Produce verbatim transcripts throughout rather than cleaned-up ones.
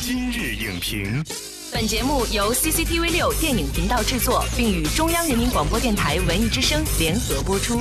今日影评。 本节目由 C C T V 六电影频道制作，并与中央人民广播电台文艺之声联合播出。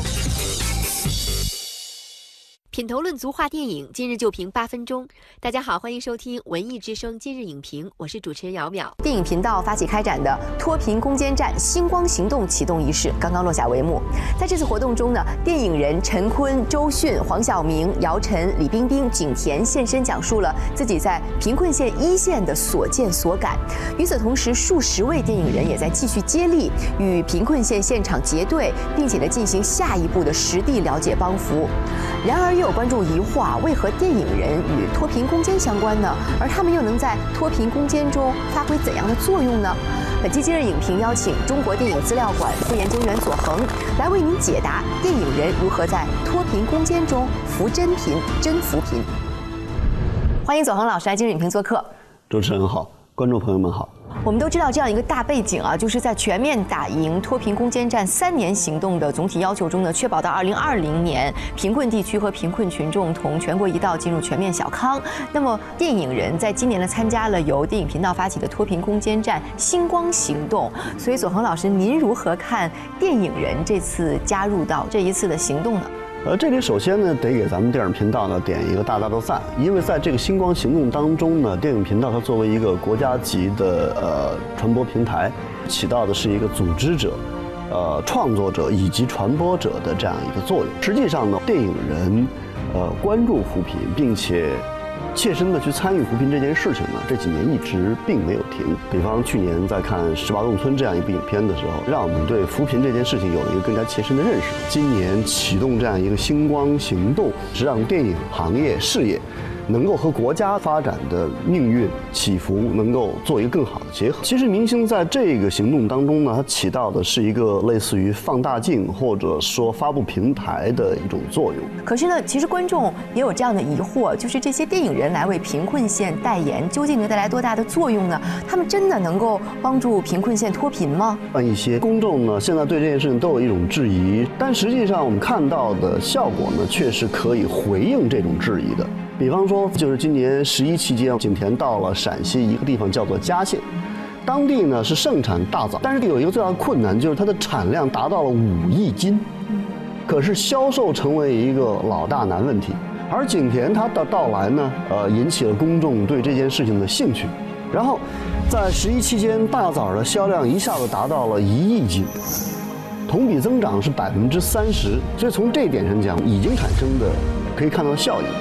品头论足话电影，今日就评八分钟。大家好，欢迎收听文艺之声今日影评，我是主持人姚淼。电影频道发起开展的脱贫攻坚战星光行动启动仪式刚刚落下帷幕。在这次活动中呢，电影人陈坤、周迅、黄晓明、姚晨、李冰冰、景甜现身，讲述了自己在贫困县一线的所见所感。与此同时，数十位电影人也在继续接力，与贫困县现场结对，并且呢进行下一步的实地了解帮扶。然而，又有观众疑惑啊，为何电影人与脱贫攻坚相关呢？而他们又能在脱贫攻坚中发挥怎样的作用呢？本期今日影评邀请中国电影资料馆副研究员左恒来为您解答电影人如何在脱贫攻坚中扶真贫、真扶贫。欢迎左恒老师来今日影评做客。 主持人好，观众朋友们好。 我们都知道这样一个大背景啊，就是在全面打赢脱贫攻坚战三年行动的总体要求中呢，确保到二零二零年贫困地区和贫困群众同全国一道进入全面小康。那么电影人在今年呢参加了由电影频道发起的脱贫攻坚战星光行动，所以左恒老师，您如何看电影人这次加入到这一次的行动呢？ 呃，这里首先呢，得给咱们电影频道呢点一个大大的赞，因为在这个星光行动当中呢，电影频道它作为一个国家级的呃传播平台，起到的是一个组织者、呃创作者以及传播者的这样一个作用。实际上呢，电影人呃关注扶贫，并且切身的去参与扶贫这件事情呢，这几年一直并没有停。比方去年在看《十八洞村》这样一部影片的时候，让我们对扶贫这件事情有了一个更加切身的认识。今年启动这样一个星光行动，是让电影行业事业能够和国家发展的命运起伏能够做一个更好的结合。其实明星在这个行动当中呢，它起到的是一个类似于放大镜或者说发布平台的一种作用。 可是呢，其实观众也有这样的疑惑，就是这些电影人来为贫困县代言，究竟能带来多大的作用呢？他们真的能够帮助贫困县脱贫吗？ 一些公众呢，现在对这件事情都有一种质疑，但实际上我们看到的效果呢，却是可以回应这种质疑的。比方说，就是今年十一期间，景甜到了陕西一个地方叫做嘉县，当地呢是盛产大枣，但是有一个最大的困难，就是它的产量达到了五亿斤，可是销售成为一个老大难问题。而景甜它的到来呢，呃，引起了公众对这件事情的兴趣，然后在十一期间，大枣的销量一下子达到了一亿斤，同比增长是百分之三十，所以从这一点上讲，已经产生的可以看到效应。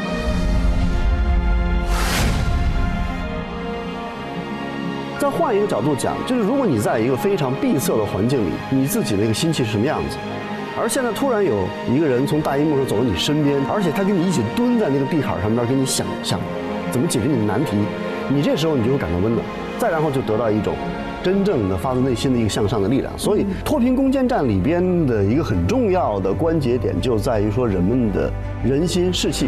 再换一个角度讲，就是如果你在一个非常闭塞的环境里，你自己的一个心情是什么样子？而现在突然有一个人从大荧幕上走到你身边，而且他跟你一起蹲在那个地毯上面，跟你想想怎么解决你的难题，你这时候你就会感到温暖，再然后就得到一种真正的发自内心的一个向上的力量。所以脱贫攻坚战里边的一个很重要的关节点，就在于说人们的人心士气。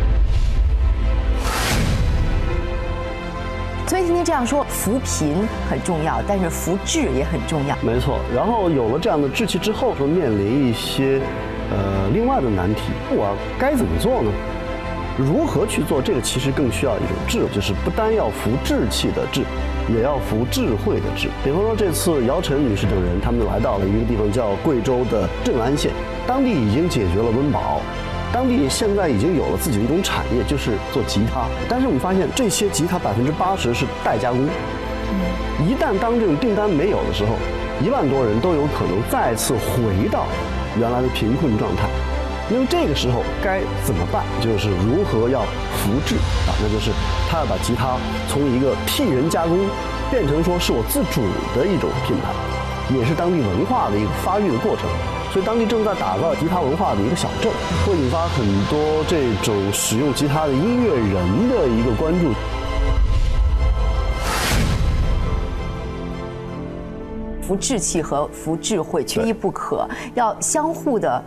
所以今天这样说，扶贫很重要，但是扶志也很重要。 没错，然后有了这样的志气之后，说面临一些呃另外的难题，我该怎么做呢？如何去做？这个其实更需要一种智，就是不单要扶志气的志，也要扶智慧的智。比方说这次姚晨女士等人，他们来到了一个地方叫贵州的镇安县，当地已经解决了温饱。当地现在已经有了自己的一种产业，就是做吉他。但是我们发现，这些吉他百分之八十是代加工。一旦当这种订单没有的时候，一万多人都有可能再次回到原来的贫困状态。那么这个时候该怎么办？就是如何要扶志啊？那就是他要把吉他从一个替人加工，变成说是我自主的一种品牌，也是当地文化的一个发育的过程。所以当地正在打造吉他文化的一个小镇，会引发很多这种使用吉他的音乐人的一个关注。 扶志气和扶智慧缺一不可，要相互的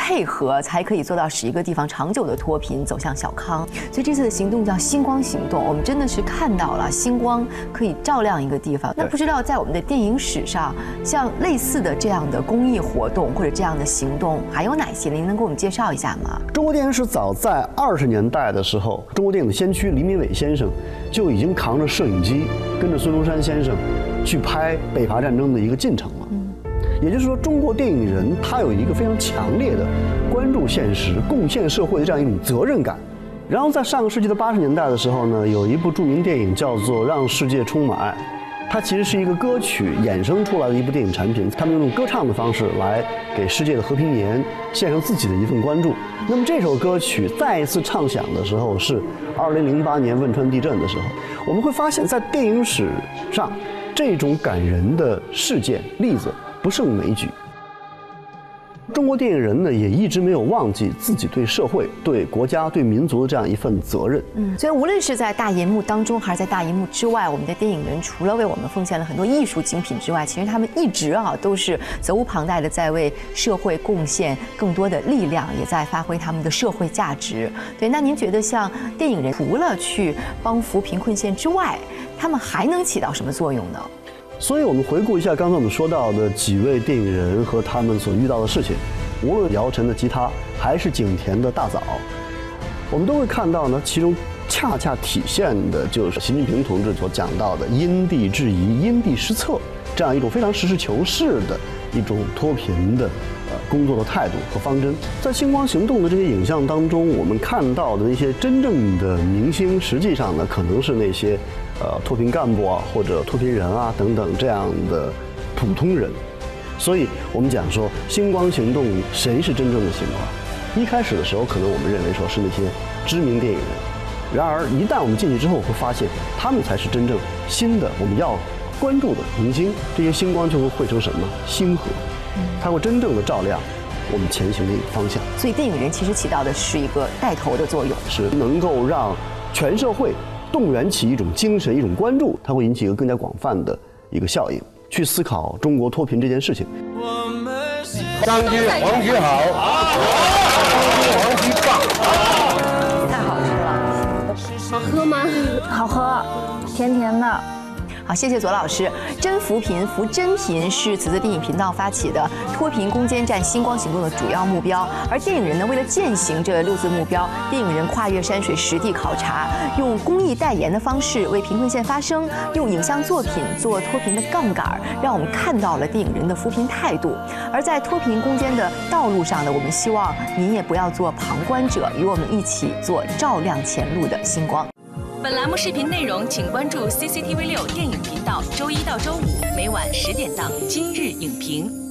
配合，才可以做到使一个地方长久的脱贫，走向小康。所以这次的行动叫星光行动，我们真的是看到了星光可以照亮一个地方。那不知道在我们的电影史上，像类似的这样的公益活动或者这样的行动还有哪些？您能给我们介绍一下吗？ 中国电影史早在二十年代的时候，中国电影的先驱黎民伟先生就已经扛着摄影机，跟着孙中山先生去拍北伐战争的一个进程了。嗯，也就是说，中国电影人他有一个非常强烈的关注现实、贡献社会的这样一种责任感。然后在上个世纪的八十年代的时候呢，有一部著名电影叫做《让世界充满爱》。它其实是一个歌曲衍生出来的一部电影产品，他们用歌唱的方式来给世界的和平年献上自己的一份关注。那么这首歌曲再一次唱响的时候是二零零八年汶川地震的时候，我们会发现在电影史上这种感人的事件例子不胜枚举。中国电影人呢，也一直没有忘记自己对社会、对国家、对民族的这样一份责任。 嗯，所以无论是在大银幕当中，还是在大银幕之外，我们的电影人除了为我们奉献了很多艺术精品之外，其实他们一直啊都是责无旁贷的在为社会贡献更多的力量，也在发挥他们的社会价值。对，那您觉得像电影人除了去帮扶贫困县之外，他们还能起到什么作用呢？ 所以我们回顾一下刚才我们说到的几位电影人和他们所遇到的事情，无论姚晨的吉他还是景甜的大枣，我们都会看到呢，其中恰恰体现的就是习近平同志所讲到的因地制宜、因地施策这样一种非常实事求是的一种脱贫的呃工作的态度和方针。在星光行动的这些影像当中，我们看到的那些真正的明星，实际上呢，可能是那些呃脱贫干部啊，或者脱贫人啊等等这样的普通人。所以我们讲说，星光行动谁是真正的星光？一开始的时候，可能我们认为说是那些知名电影人，然而一旦我们进去之后，会发现他们才是真正新的我们要关注的明星。这些星光就会汇成什么？星河，它会真正的照亮我们前行的一个方向。 所以电影人其实起到的是一个带头的作用， 是能够让全社会动员起一种精神、一种关注，它会引起一个更加广泛的一个效应，去思考中国脱贫这件事情。 张军，黄局好，黄局棒， 太好吃了。 好喝吗？好喝，甜甜的。 好，谢谢左老师。真扶贫扶真贫是此次电影频道发起的脱贫攻坚战星光行动的主要目标。而电影人呢，为了践行这六字目标，电影人跨越山水实地考察，用公益代言的方式为贫困县发声，用影像作品做脱贫的杠杆，让我们看到了电影人的扶贫态度。而在脱贫攻坚的道路上呢，我们希望您也不要做旁观者，与我们一起做照亮前路的星光。 本栏目视频内容，请关注 C C T V 六电影频道，周一到周五每晚十点档《今日影评》。